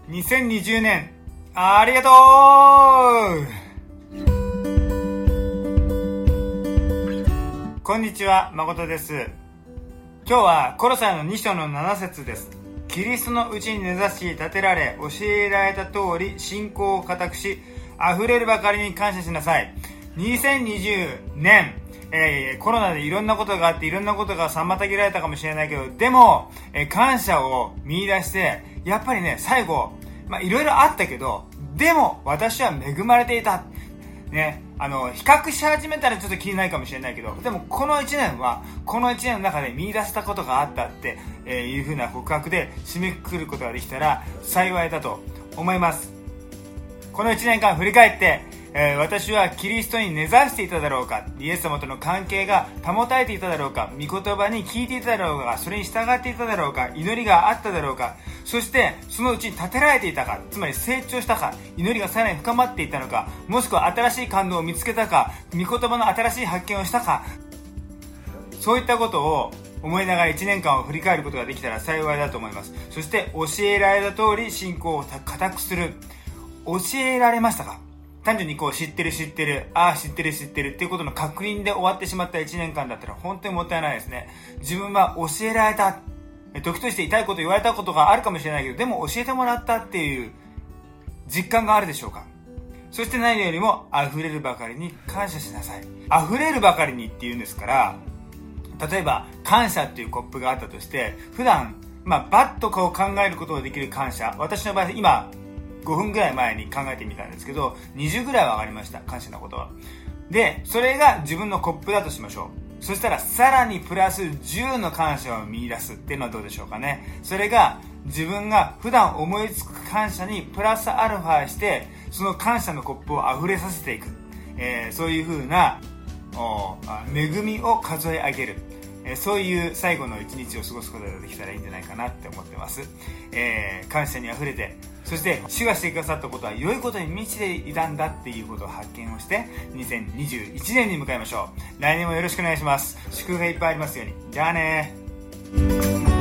2020年ありがとう。こんにちは、誠です。今日はコロサイの2章の7節です。キリストのうちに根ざし立てられ、教えられた通り信仰を固くし、溢れるばかりに感謝しなさい。2020年、コロナでいろんなことがあって、いろんなことが妨げられたかもしれないけど、でも、感謝を見出して、やっぱりね、最後、いろいろあったけど、でも私は恵まれていた。ね、比較し始めたらちょっと気にないかもしれないけど、でもこの1年は、この1年の中で見出したことがあったっていう風な告白で締めくくることができたら幸いだと思います。この1年間振り返って、私はキリストに根ざしていただろうか、イエス様との関係が保たれていただろうか、御言葉に聞いていただろうか、それに従っていただろうか、祈りがあっただろうか、そしてそのうちに立てられていたか、つまり成長したか、祈りがさらに深まっていったのか、もしくは新しい感動を見つけたか、御言葉の新しい発見をしたか、そういったことを思いながら1年間を振り返ることができたら幸いだと思います。そして教えられた通り信仰を固くする。教えられましたか？単純に知ってる、知ってるっていうことの確認で終わってしまった1年間だったら本当にもったいないですね。自分は教えられた。時として痛いこと言われたことがあるかもしれないけど、でも教えてもらったっていう実感があるでしょうか？そして何よりも溢れるばかりに感謝しなさい。溢れるばかりにっていうんですから、例えば感謝っていうコップがあったとして、普段、バッと考えることができる感謝。私の場合、今、5分ぐらい前に考えてみたんですけど、20ぐらいは上がりました、感謝のことは。で、それが自分のコップだとしましょう。そしたらさらにプラス10の感謝を見出すっていうのはどうでしょうかね。それが自分が普段思いつく感謝にプラスアルファして、その感謝のコップを溢れさせていく、そういう風な恵みを数え上げる、そういう最後の一日を過ごすことができたらいいんじゃないかなって思ってます。感謝にあふれて、そして主がしてくださったことは良いことに満ちていたんだっていうことを発見をして2021年に向かいましょう。来年もよろしくお願いします。祝福がいっぱいありますように。じゃあね。